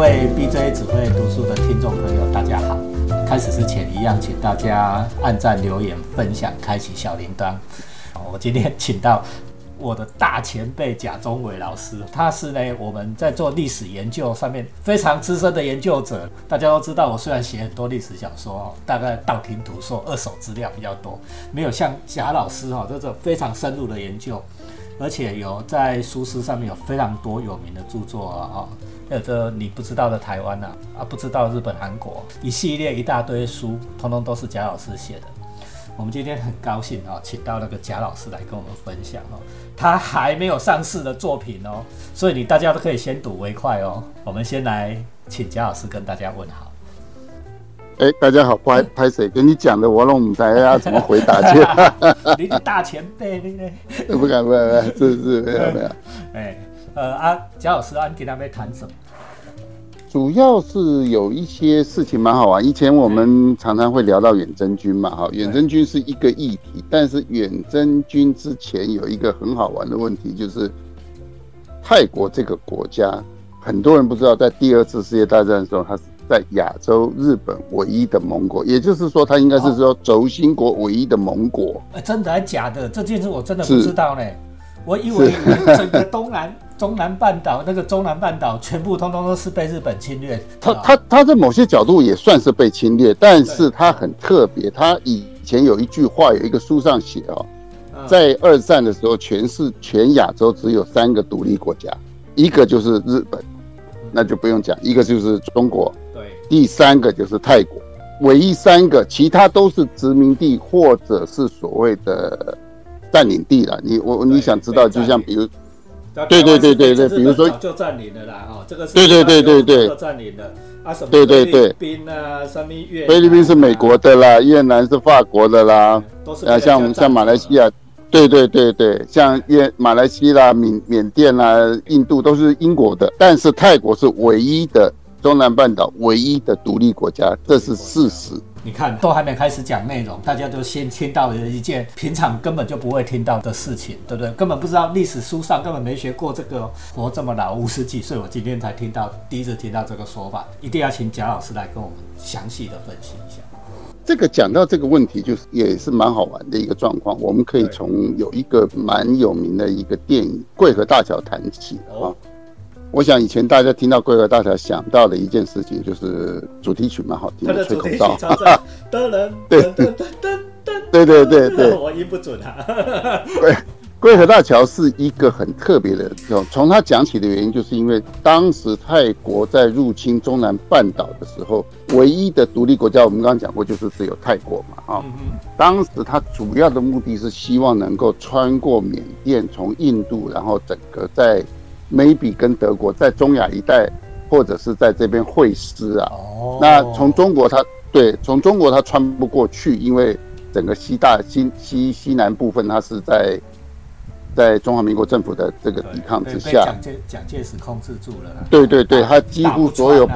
位 BJ 只会读书的听众朋友，大家好。开始之前一样，请大家按赞、留言、分享、开启小铃铛。我今天请到我的大前辈贾中伟老师，他是呢我们在做历史研究上面非常资深的研究者。大家都知道，我虽然写很多历史小说，大概道听途说、二手资料比较多，没有像贾老师这种非常深入的研究，而且有在书诗上面有非常多有名的著作啊。还有这你不知道的台湾不知道日本、韩国，一系列一大堆书，通通都是贾老师写的。我们今天很高兴请到那个贾老师来跟我们分享他还没有上市的作品所以大家都可以先睹为快我们先来请贾老师跟大家问好。 大家好，拍谁跟你讲的，我弄不知道怎么回答去。 你是大前辈，你呢？ 不敢，是没有。 贾老师你今天要谈什么？ 主要是有一些事情蛮好玩。以前我们常常会聊到远征军嘛，远征军是一个议题，但是远征军之前有一个很好玩的问题，就是泰国这个国家，很多人不知道，在第二次世界大战的时候，它是在亚洲日本唯一的盟国，也就是说，它应该是说轴心国唯一的盟国。真的还假的？这件事我真的不知道呢。我以为整个中南半岛那个中南半岛全部通通都是被日本侵略。他在某些角度也算是被侵略，但是他很特别。他以前有一句话，有一个书上写在二战的时候，全亚洲只有3个独立国家，一个就是日本，那就不用讲，一个就是中国，对，第3个就是泰国，唯一3个，其他都是殖民地或者是所谓的占领地了。你想知道，就像比如。对，比如说早就占领了啦，这个是对就占领了什么对菲律宾什么越南菲律宾是美国的啦，越南是法国的啦，都是像马来西亚，对，像马来西亚、缅甸啦、印度都是英国的，但是泰国是唯一的中南半岛唯一的独立国家，这是事实。 你看，都还没开始讲内容，大家就先听到了一件平常根本就不会听到的事情，对不对？根本不知道，历史书上根本没学过这个。活这么老，50几岁，我今天才第一次听到这个说法，一定要请贾老师来跟我们详细的分析一下。 这个讲到这个问题，就是也是蛮好玩的一个状况。我们可以从有一个蛮有名的一个电影《桂河大桥》谈起我想以前大家听到桂河大桥想到的一件事情就是主题曲蛮好听的，吹口哨。对， 我音不准桂河大桥是一个很特别的，从它讲起的原因，就是因为当时泰国在入侵中南半岛的时候，唯一的独立国家，我们刚刚讲过，就是只有泰国嘛当时它主要的目的是希望能够穿过缅甸，从印度，然后整个在maybe 跟德国在中亚一带，或者是在这边会师那从中国它穿不过去，因为整个西南部分它是在中华民国政府的这个抵抗之下， 蒋介石控制住了。 对，它几乎所有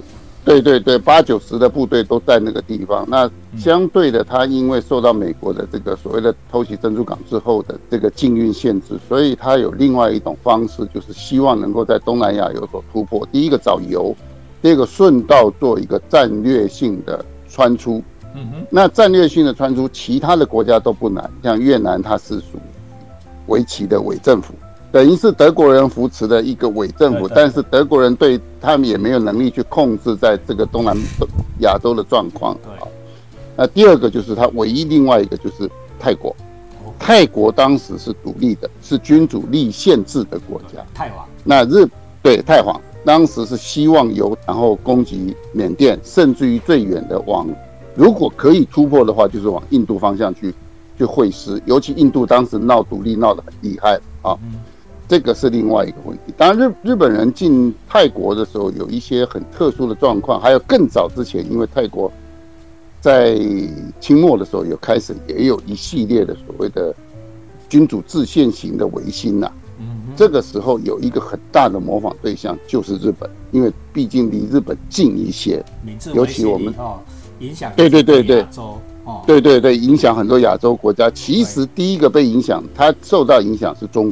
80-90%的部队都在那个地方。那相对的，它因为受到美国的这个所谓的偷袭珍珠港之后的这个禁运限制，所以它有另外一种方式，就是希望能够在东南亚有所突破。第一个找油，第二个顺道做一个战略性的穿出。那战略性的穿出，其他的国家都不难，像越南它是属维奇的伪政府。等于是德国人扶持的一个伪政府，但是德国人对他们也没有能力去控制在这个东南亚洲的状况。那第二个就是他唯一另外一个就是泰国，泰国当时是独立的，是君主立宪制的国家。 泰皇。 那泰皇当时是希望然后攻击缅甸，甚至于最远的如果可以突破的话，就是往印度方向去会师，尤其印度当时闹独立闹得很厉害这个是另外一个问题。当然日本人进泰国的时候有一些很特殊的状况，还有更早之前，因为泰国在清末的时候也有一系列的所谓的君主制宪型的维新这个时候有一个很大的模仿对象就是日本，因为毕竟离日本近一些，尤其我们影响对，影响很多亚洲国家。其实第一个被影响，它受到影响是中国了。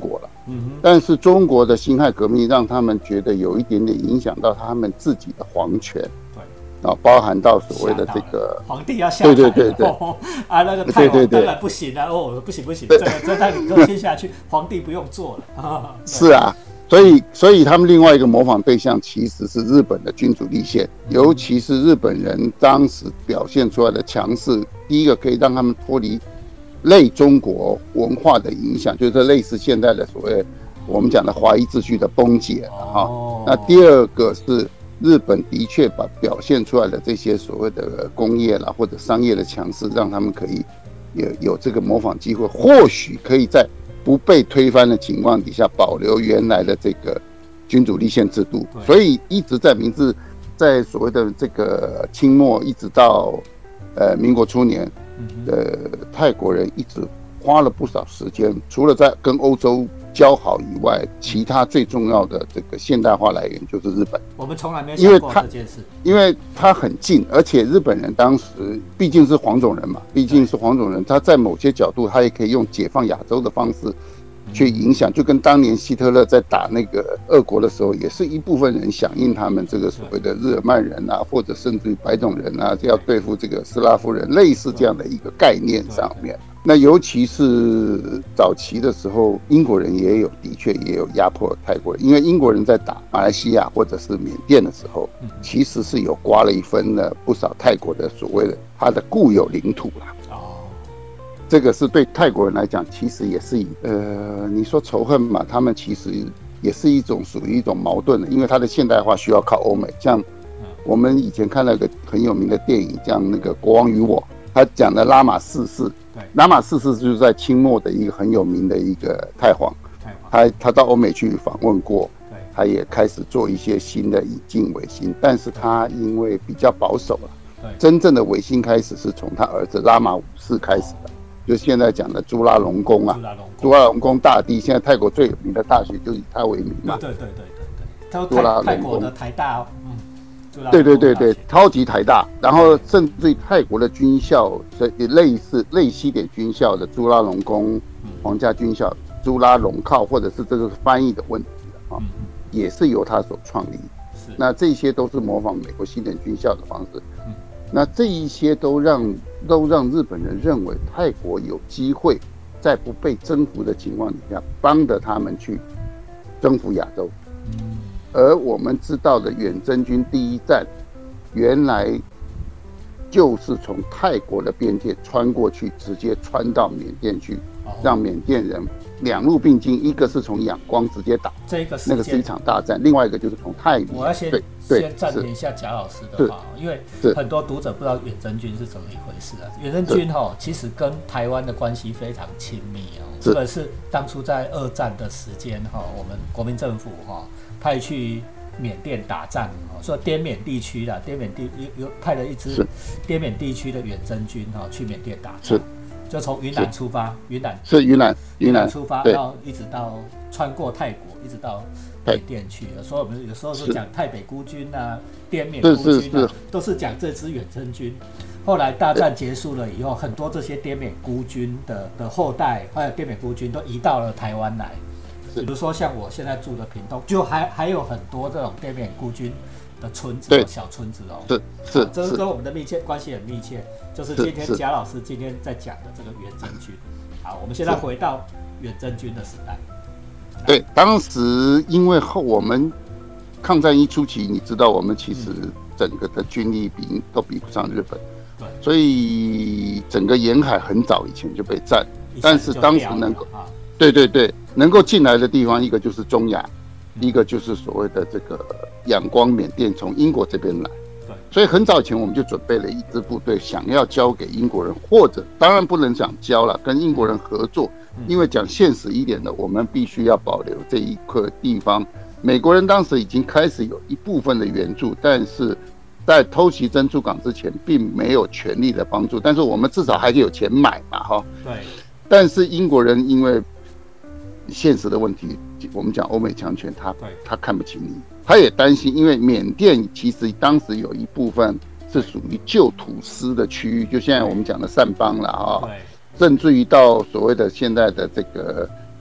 但是中国的辛亥革命让他们觉得有一点点影响到他们自己的皇权。包含到所谓的这个皇帝要下台，对，那个太皇当然不行了，不行，这那你都先下去，皇帝不用做了。 是啊，所以他们另外一个模仿对象其实是日本的君主立宪，尤其是日本人当时表现出来的强势，第一个可以让他们脱离类中国文化的影响，就是类似现在的所谓我们讲的华夷秩序的崩解那第二个是日本的确把表现出来的这些所谓的工业啦或者商业的强势，让他们可以有这个模仿机会，或许可以在不被推翻的情况底下保留原来的这个君主立宪制度。所以一直在明治，在所谓的这个清末一直到民国初年，泰国人一直花了不少时间，除了在跟欧洲交好以外，其他最重要的这个现代化来源就是日本。 我们从来没有想过这件事， 因为它很近，而且日本人当时毕竟是黄种人嘛，他在某些角度他也可以用解放亚洲的方式去影响，就跟当年希特勒在打那个俄国的时候，也是一部分人响应他们这个所谓的日耳曼人啊，或者甚至于白种人啊，要对付这个斯拉夫人，类似这样的一个概念上面。那尤其是早期的时候，英国人的确也有压迫泰国人，因为英国人在打马来西亚或者是缅甸的时候，其实是有刮了一分了不少泰国的所谓的他的固有领土啦。这个是对泰国人来讲，其实也是你说仇恨嘛，他们其实也是属于一种矛盾的，因为他的现代化需要靠欧美。像我们以前看了一个很有名的电影，像那个《国王与我》，他讲的拉玛四世。拉玛四世就是在清末的一个很有名的一个太皇，他到欧美去访问过，他也开始做一些新的引进维新，但是他因为比较保守了，真正的维新开始是从他儿子拉玛五世开始的，就现在讲的朱拉隆功啊，朱拉隆功大帝，现在泰国最有名的大学就以他为名嘛， 对，泰国的台大对，超级台大，然后甚至于泰国的军校，类西点军校的朱拉隆功皇家军校、朱拉隆靠，或者是这个翻译的问题也是由他所创立。那这些都是模仿美国西点军校的方式。那这一些都让日本人认为泰国有机会在不被征服的情况底下，帮着他们去征服亚洲。而我们知道的远征军第一站，原来就是从泰国的边界穿过去，直接穿到缅甸去，让缅甸人两路并进，一个是从仰光直接打，那个是一场大战；另外一个就是从泰缅。 我要先暂停一下贾老师的话，因为很多读者不知道远征军是怎么一回事啊。远征军其实跟台湾的关系非常亲密这个是当初在二战的时间我们国民政府派去缅甸打仗，说滇缅地区啦，滇缅地有派了一支滇缅地区的远征军去缅甸打仗，就从云南出发，云南出发，然后一直到穿过泰国，一直到缅甸去。所以我们有时候是讲泰北孤军啊，滇缅孤军啊，都是讲这支远征军。后来大战结束了以后，很多这些滇缅孤军的后代，还有滇缅孤军都移到了台湾来。比如说像我现在住的屏东，就还有很多这种滇缅孤军的村子，小村子这是跟我们的关系很密切。就是今天贾老师今天在讲的这个远征军。好，我们现在回到远征军的时代。 对，当时因为我们抗战一初期，你知道我们其实整个的军力都比不上日本，所以整个沿海很早以前就被占，但是当时能够对能够进来的地方，一个就是中亚，一个就是所谓的这个仰光缅甸，从英国这边来。所以很早以前我们就准备了一支部队，想要交给英国人，或者当然不能讲交了，跟英国人合作，因为讲现实一点的，我们必须要保留这一块地方。美国人当时已经开始有一部分的援助，但是在偷袭珍珠港之前，并没有全力的帮助，但是我们至少还是有钱买嘛，但是英国人因为现实的问题，我们讲欧美强权，他看不起你，他也担心，因为缅甸其实当时有一部分是属于旧土司的区域，就现在我们讲的善邦了甚至于到所谓的现在的这个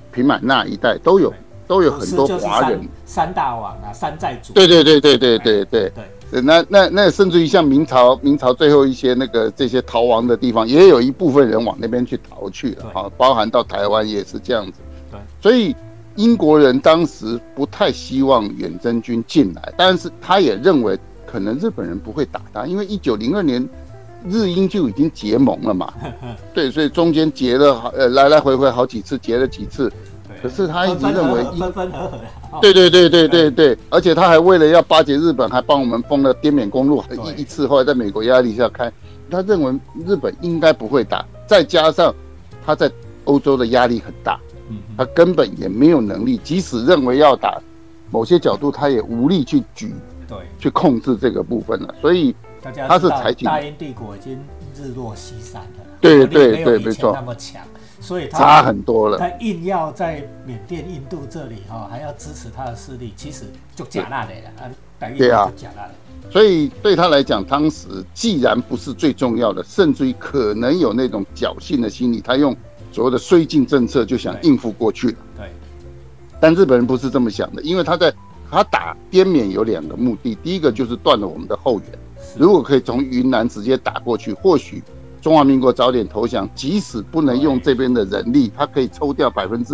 平满那一带都有很多华人， 三大王啊，山寨主。 对。那甚至于像明朝最后一些这些逃亡的地方，也有一部分人往那边去逃去了，包含到台湾也是这样子。 对， 所以英国人当时不太希望远征军进来，但是他也认为可能日本人不会打他，因为1902年日英就已经结盟了嘛。对，所以中间结了来来回回好几次，结了几次。可是他一直认为分分合合对，而且他还为了要巴结日本，还帮我们封了滇缅公路一次，后来在美国压力下开，他认为日本应该不会打，再加上他在欧洲的压力很大，他根本也没有能力，即使认为要打，某些角度他也无力去去控制这个部分了，所以他是采取大英帝国已经日落西山了， 对， 没错，那么强。所以他差很多了， 他硬要在缅甸、印度这里还要支持他的势力，其实就假烂的了，对啊，就假烂了。 所以对他来讲，当时既然不是最重要的，甚至于可能有那种侥幸的心理，他用所谓的绥靖政策就想应付过去了。 对， 但日本人不是这么想的，因为他打滇缅有2个目的，第一个就是断了我们的后援，如果可以从云南直接打过去，或许中华民国早点投降，即使不能用这边的人力，他可以抽掉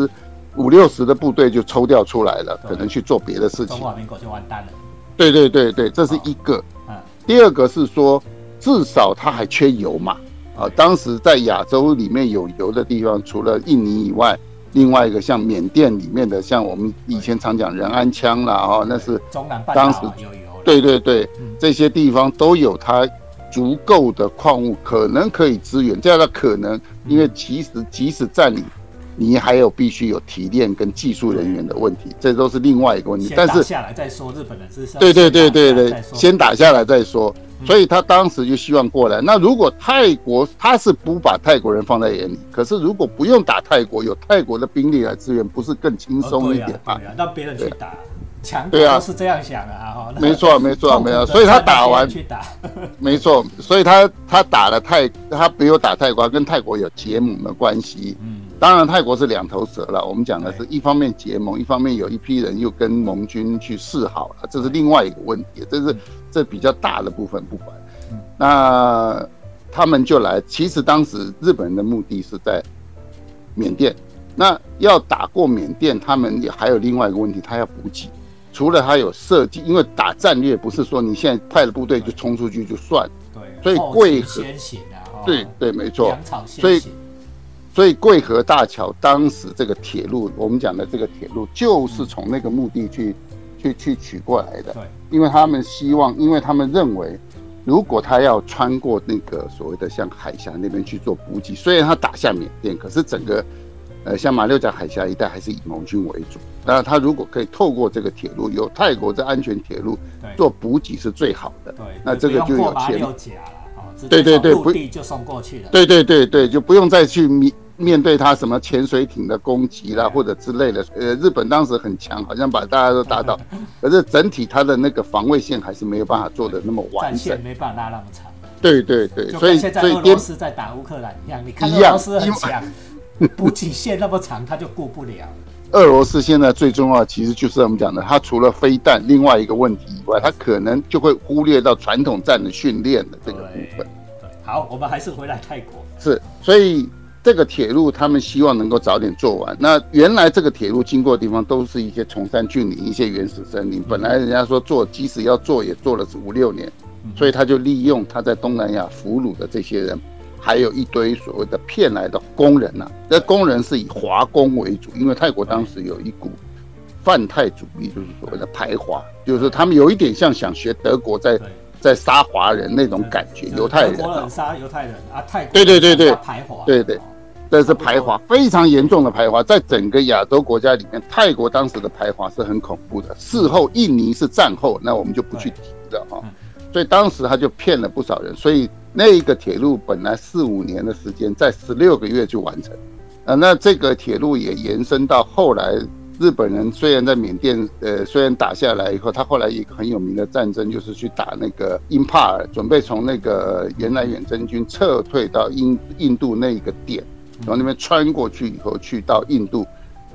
50%-60%的部队就抽掉出来了，可能去做别的事情， 中华民国就完蛋了。 对，这是一个。第二个是说，至少他还缺油嘛。当时在亚洲里面有油的地方，除了印尼以外，另外一个像缅甸里面的，像我们以前常讲仁安羌啦，那是当时有油。 对，这些地方都有它足够的矿物，可能可以支援。这样的可能，因为其实即使占领，你还有必须有提炼跟技术人员的问题，这都是另外一个问题。但是先打下来再说，日本人是对，先打下来再说。所以他当时就希望过来。那如果泰国他是不把泰国人放在眼里，可是如果不用打泰国，有泰国的兵力来支援，不是更轻松一点吗？ 让别人去打。强国都是这样想啊， 没错，所以他打完去打， 没错，所以他打了他没有打泰国，跟泰国有结盟的关系。当然泰国是两头蛇了，我们讲的是一方面结盟，一方面有一批人又跟盟军去示好了，这是另外一个问题，这比较大的部分不管。那他们就来，其实当时日本人的目的是在缅甸，那要打过缅甸，他们也还有另外一个问题，他要补给。除了他有设计，因为打战略不是说你现在派了部队就冲出去就算， 对， 所以贵河先行啊， 对，没错， 所以贵河大桥当时这个铁路，我们讲的这个铁路就是从那个目的去取过来的，对，因为他们希望，因为他们认为，如果他要穿过那个所谓的像海峡那边去做补给，虽然他打下缅甸，可是整个像马六甲海峡一带还是以盟军为主。那他如果可以透过这个铁路，有泰国这安全铁路做补给是最好的。 对， 那这个就有马六甲了， 对， 陆地就送过去了。 对，就不用再去面对他什么潜水艇的攻击啦，或者之类的。日本当时很强，好像把大家都打倒，可是整体他的那个防卫线还是没有办法做的那么完整， 战线没办法拉那么长。 对， 所以现在俄罗斯在打乌克兰一样，你看俄罗斯很强。补给线那么长，他就顾不了。 俄罗斯现在最重要的其实就是我们讲的，它除了飞弹，另外一个问题以外，它可能就会忽略到传统战的训练的这个部分。 好，我们还是回来泰国。 是，所以这个铁路他们希望能够早点做完。那原来这个铁路经过的地方都是一些崇山峻岭、一些原始森林，本来人家说做，即使要做也做了5-6年，所以他就利用他在东南亚俘虏的这些人。还有一堆所谓的骗来的工人啊，这工人是以华工为主，因为泰国当时有一股泛泰主义，就是所谓的排华，就是他们有一点像想学德国在杀华人那种感觉，犹太人， 德国人杀犹太人啊，泰国对排华， 对，这是排华，非常严重的排华，在整个亚洲国家里面，泰国当时的排华是很恐怖的。事后印尼是战后，那我们就不去提了哈。所以当时他就骗了不少人，所以那一个铁路本来4-5年的时间，在16个月就完成。那这个铁路也延伸到后来，日本人虽然在缅甸虽然打下来以后，他后来一个很有名的战争就是去打那个英帕尔，准备从那个原来远征军撤退到印度那一个点，从那边穿过去以后去到印度，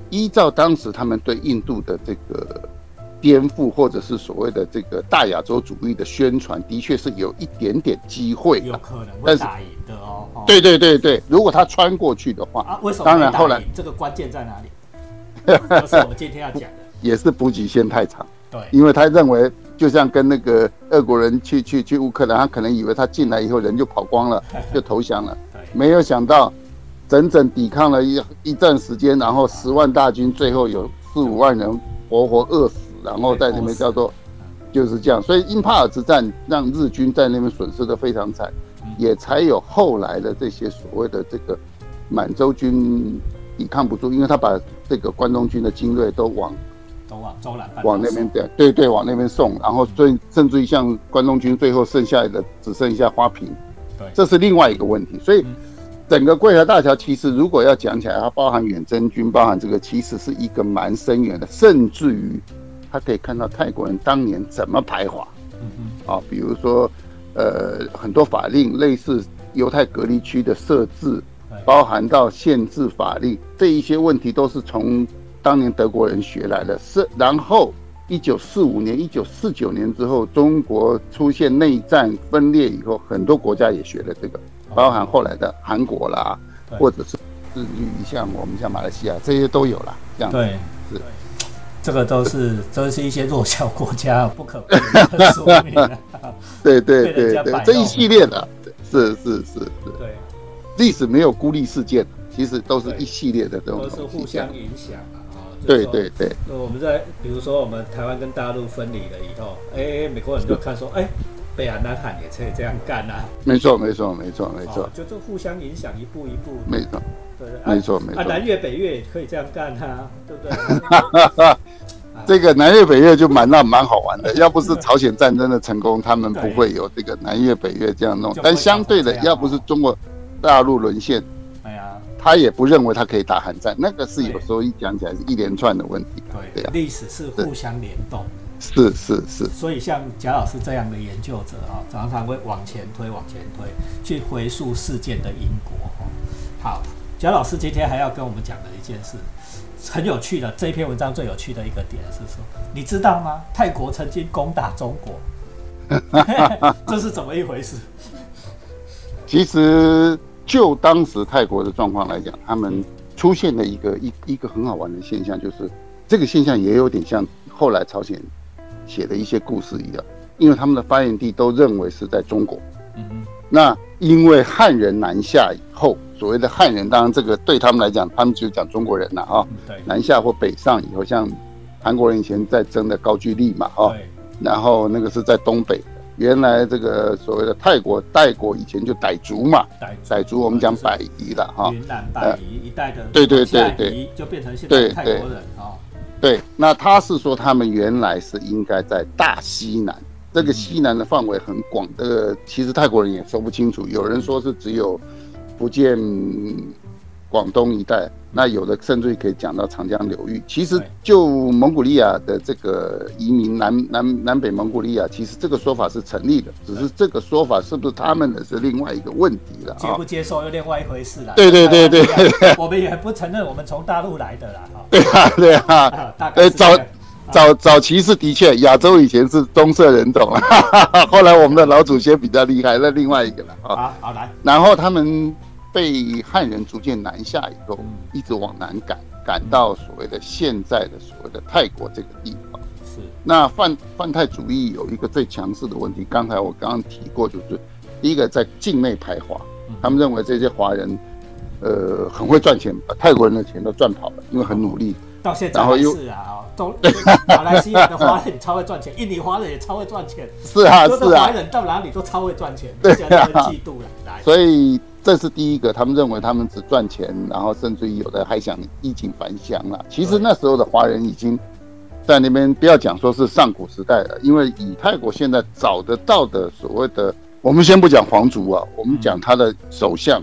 依照当时他们对印度的这个颠覆，或者是所谓的这个大亚洲主义的宣传，的确是有一点点机会的， 有可能会打赢的哦。 对对对对，如果他穿过去的话， 为什么当然后来这个关键在哪里？就是我们今天要讲的， 也是补给线太长。 对， 因为他认为，就像跟那个俄国人去乌克兰，他可能以为他进来以后人就跑光了，就投降了，没有想到整整抵抗了一段时间，然后10万大军，最后有4-5万人活活饿死，然后在那边叫做就是这样。所以英帕尔之战让日军在那边损失的非常惨，也才有后来的这些所谓的这个满洲军抵抗不住，因为他把这个关东军的精锐都往中南半岛往那边对往那边送，然后甚至于像关东军最后剩下的只剩下花瓶， 对， 这是另外一个问题。所以整个桂河大桥其实如果要讲起来，它包含远征军，包含这个其实是一个蛮深远的，甚至于它可以看到泰国人当年怎么排华，比如说很多法令类似犹太隔离区的设置，包含到限制法令，这一些问题都是从当年德国人学来的，然后1945年、1949年之后，中国出现内战分裂以后，很多国家也学了这个，包含后来的韩国啦，或者是至于像马来西亚这些都有啦，这样子。 对，是，这个都是一些弱小国家不可避免的宿命啊。 对，这一系列的，是，对，历史没有孤立事件，其实都是一系列的这种东西， 都是互相影响啊。 对， 我们比如说我们台湾跟大陆分离了以后，美国人就看说，北韩、南韩也可以这样干啊。没错， 就是互相影响，一步一步。 没错， 对， 没错。 南越北越也可以这样干啊，对不对？ 这个南越北越就蛮好玩的，要不是朝鲜战争的成功，他们不会有这个南越北越这样弄。但相对的，要不是中国大陆沦陷，他也不认为他可以打韩战，那个是有时候一讲起来是一连串的问题。 对，历史是互相联动。 是。 所以像贾老师这样的研究者常常会往前推，去回溯事件的因果。好，贾老师今天还要跟我们讲的一件事，很有趣的。这一篇文章最有趣的一个点是说，你知道吗？泰国曾经攻打中国，这是怎么一回事？ 其实就当时泰国的状况来讲，他们出现了一个很好玩的现象，就是这个现象也有点像后来朝鲜写的一些故事一样，因为他们的发源地都认为是在中国。那因为汉人南下以后，所谓的汉人，当然这个对他们来讲，他们就讲中国人了啊。南下或北上以后，像韩国人以前在争的高句丽嘛，然后那个是在东北。原来这个所谓的泰国代国以前就傣族嘛，傣族我们讲百夷了哈， 云南百夷一带的， 对， 就变成现在泰国人啊。 对，那他是说他们原来是应该在大西南，这个西南的范围很广的，其实泰国人也说不清楚，有人说是只有福建、广东一带，那有的甚至可以讲到长江流域。其实就蒙古利亚的这个移民南北蒙古利亚，其实这个说法是成立的，只是这个说法是不是他们的是另外一个问题了。 接不接受又另外一回事啦。 对， 我们也不承认我们从大陆来的啦。 对啊。早期是的确，亚洲以前是棕色人种，后来我们的老祖先比较厉害，那另外一个了啊。 好来。然后他们被汉人逐渐南下以后，一直往南赶到所谓的现在的所谓的泰国这个地方。 是。 那泛泰主义有一个最强势的问题，刚刚提过，就是第一个在境内排华，他们认为这些华人，很会赚钱，把泰国人的钱都赚跑了，因为很努力。 到现在还是啊，马来西亚的华人超会赚钱，印尼华人也超会赚钱。是啊，华人到哪里都超会赚钱，大家都嫉妒了。 所以这是第一个，他们认为他们只赚钱，然后甚至于有的还想衣锦还乡了。其实那时候的华人已经在那边，不要讲说是上古时代了，因为以泰国现在找得到的所谓的，我们先不讲皇族啊，我们讲他的首相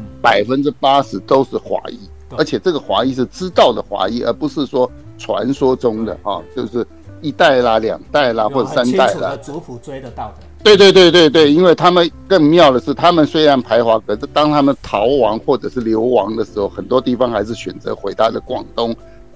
，80%都是华裔。而且这个华裔是知道的华裔，而不是说传说中的就是1代啦、2代啦或者3代啦， 族谱追得到的。 对，因为他们更妙的是，他们虽然排华，可是当他们逃亡或者是流亡的时候，很多地方还是选择回到了广东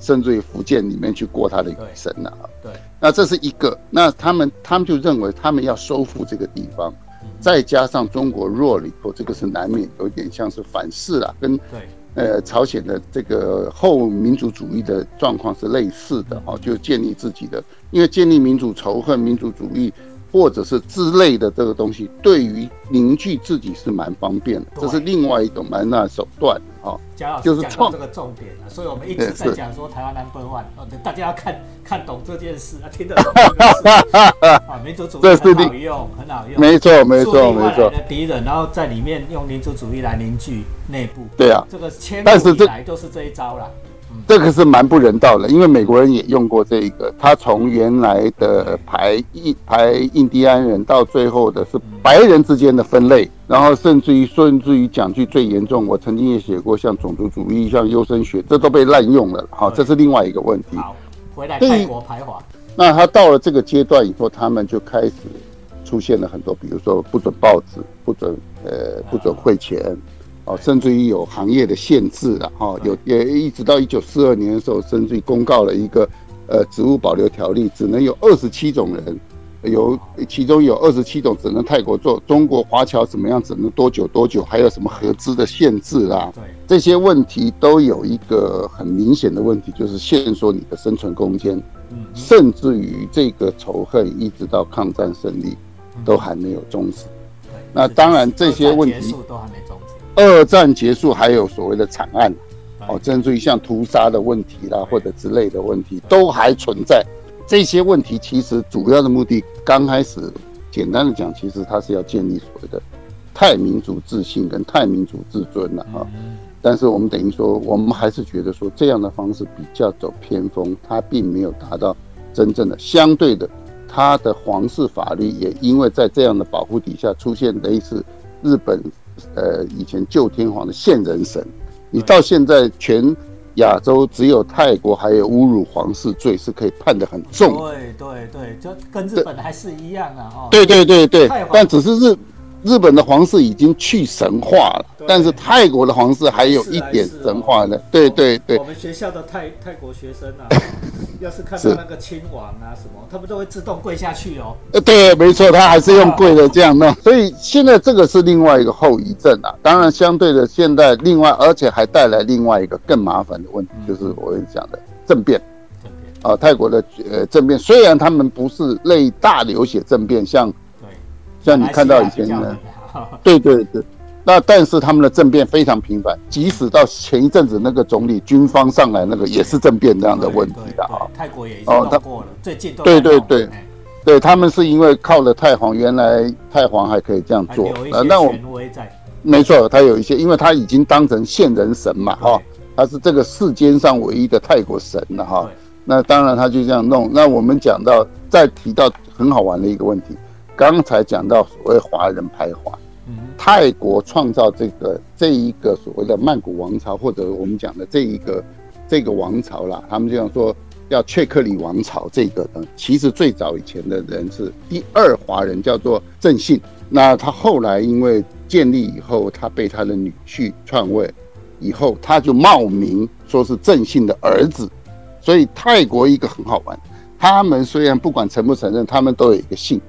甚至于福建里面去过他的余生了。 对， 那这是一个，那他们就认为他们要收复这个地方，再加上中国弱了以后，这个是难免有点像是反噬啦，跟朝鲜的这个后民族主义的状况是类似的，就建立自己的，因为建立民族仇恨、民族主义或者是之类的这个东西，对于凝聚自己是蛮方便的，这是另外一种蛮大的手段。 贾老师讲到这个重点了，所以我们一直在讲说台湾 No.1，大家要看懂这件事，听得懂这件事民族主义很好用，很好用， 没错， 树立外来的敌人，然后在里面用民族主义来凝聚内部。 对啊， 这个千古以来都是这一招啦。 这个是蛮不人道的，因为美国人也用过这一个，他从原来的排印第安人到最后的是白人之间的分类，然后甚至于讲句最严重，我曾经也写过像种族主义、像优生学，这都被滥用了。好，这是另外一个问题。 好，回来泰国排华。 那他到了这个阶段以后，他们就开始出现了很多，比如说不准报纸，不准汇钱。甚至于有行业的限制了，也一直到1942年的时候，甚至于公告了一个植物保留条例，只能有27种人，其中有27种只能泰国做，中国华侨怎么样只能多久，还有什么合资的限制啦，这些问题都有一个很明显的问题，就是限缩你的生存空间，甚至于这个仇恨一直到抗战胜利都还没有终止。那当然这些问题都还没终止。 二战结束还有所谓的惨案，甚至于像屠杀的问题啦，或者之类的问题都还存在。这些问题其实主要的目的，刚开始简单的讲，其实它是要建立所谓的泰民族自信跟泰民族自尊啦。但是我们等于说，我们还是觉得说这样的方式比较走偏锋，它并没有达到真正的相对的，它的皇室法律也因为在这样的保护底下出现类似日本。以前旧天皇的现人神，你到现在全亚洲只有泰国还有侮辱皇室罪是可以判得很重。 对，就跟日本还是一样啊。 对，但只是日本的皇室已经去神化了，但是泰国的皇室还有一点神化的。对。 我们学校的泰国学生啊，要是看到那个亲王啊什么，他们都会自动跪下去哦。 对，没错，他还是用跪的这样弄。所以现在这个是另外一个后遗症啊。当然，相对的现在另外，而且还带来另外一个更麻烦的问题，就是我讲的政变。泰国的政变，虽然他们不是类大流血政变，像你看到以前的，对，那但是他们的政变非常频繁，即使到前一阵子那个总理军方上来那个也是政变这样的问题的啊。 泰国也已经弄过了，最近都对，他们是因为靠了太皇，原来太皇还可以这样做， 那我权威在， 没错，他有一些，因为他已经当成现人神嘛他是这个世间上唯一的泰国神了哈。那当然他就这样弄。那我们讲到再提到很好玩的一个问题。刚才讲到所谓华人排华，泰国创造这一个所谓的曼谷王朝，或者我们讲的这个王朝啦，他们这样说叫雀克里王朝。这个呢，其实最早以前的人是第二华人，叫做郑信。那他后来因为建立以后，他被他的女婿篡位以后，他就冒名说是郑信的儿子。所以泰国一个很好玩，他们虽然不管承不承认，他们都有一个姓。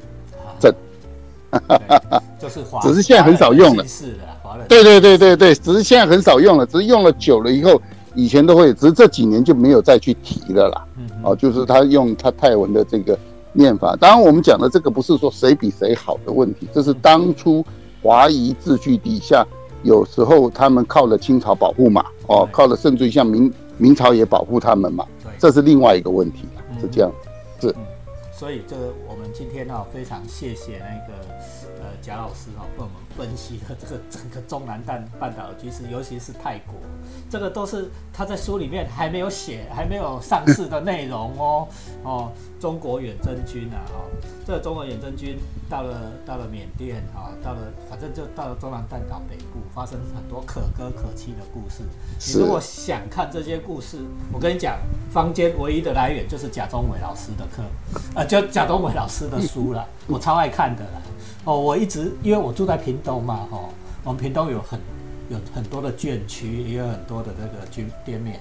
就是只是现在很少用了。对，只是现在很少用了，只是用了久了以后，以前都会，只是这几年就没有再去提了啦。就是他用他泰文的这个念法。当然，我们讲的这个不是说谁比谁好的问题，这是当初华夷秩序底下，有时候他们靠了清朝保护嘛，靠了甚至于像明朝也保护他们嘛，这是另外一个问题，是这样，是。 所以这个我们今天非常谢谢那个贾老师为我们分析了这个整个中南半岛的局势，尤其是泰国，这个都是他在书里面还没有写、还没有上市的内容中国远征军这个中国远征军到了缅甸反正就到了中南半岛北部，发生很多可歌可泣的故事。你如果想看这些故事，我跟你讲，坊间唯一的来源就是贾中伟老师的课，就贾中伟老师的书啦，我超爱看的啦。我一直因为我住在屏东嘛，我们屏东有很多的眷区，也有很多的这个军滇缅，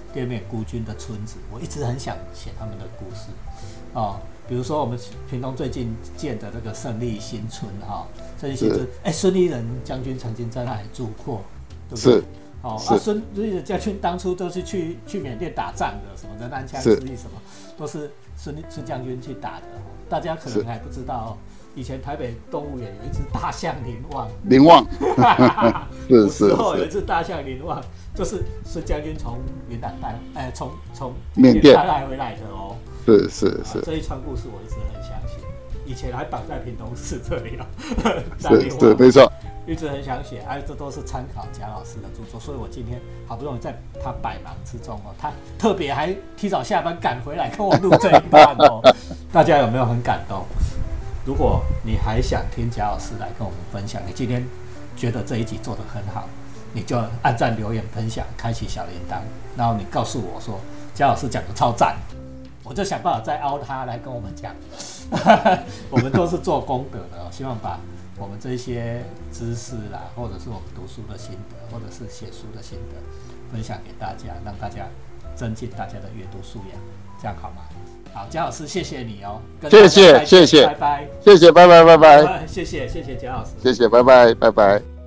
滇缅孤军的村子，我一直很想写他们的故事哦。比如说我们屏东最近建的这个胜利新村胜利新村，孙立人将军曾经在那里住过，对不对？ 是。 孙立人将军当初都是去缅甸打仗的，什么仁安羌之役什么，都是孙将军去打的。大家可能还不知道以前台北动物园有一只大象林旺，古时候有一只大象林旺，就是孙将军从云南从缅甸带回来的哦。 是， 这一串故事我一直很相信，以前还绑在屏东市这里是没错， 一直很想写，这都是参考贾老师的著作，所以我今天好不容易在他百忙之中他特别还提早下班赶回来跟我录这一段大家有没有很感动？如果你还想听贾老师来跟我们分享，你今天觉得这一集做得很好，你就按赞、留言、分享，开启小铃铛，然后你告诉我说贾老师讲的超赞，我就想办法再凹他来跟我们讲。我们都是做功德的希望把我们这些知识啦，或者是我们读书的心得，或者是写书的心得，分享给大家，让大家增进大家的阅读素养，这样好吗？好，贾老师，谢谢你哦。 谢谢， 拜拜。 谢谢，拜拜。 谢谢贾老师， 谢谢，拜拜。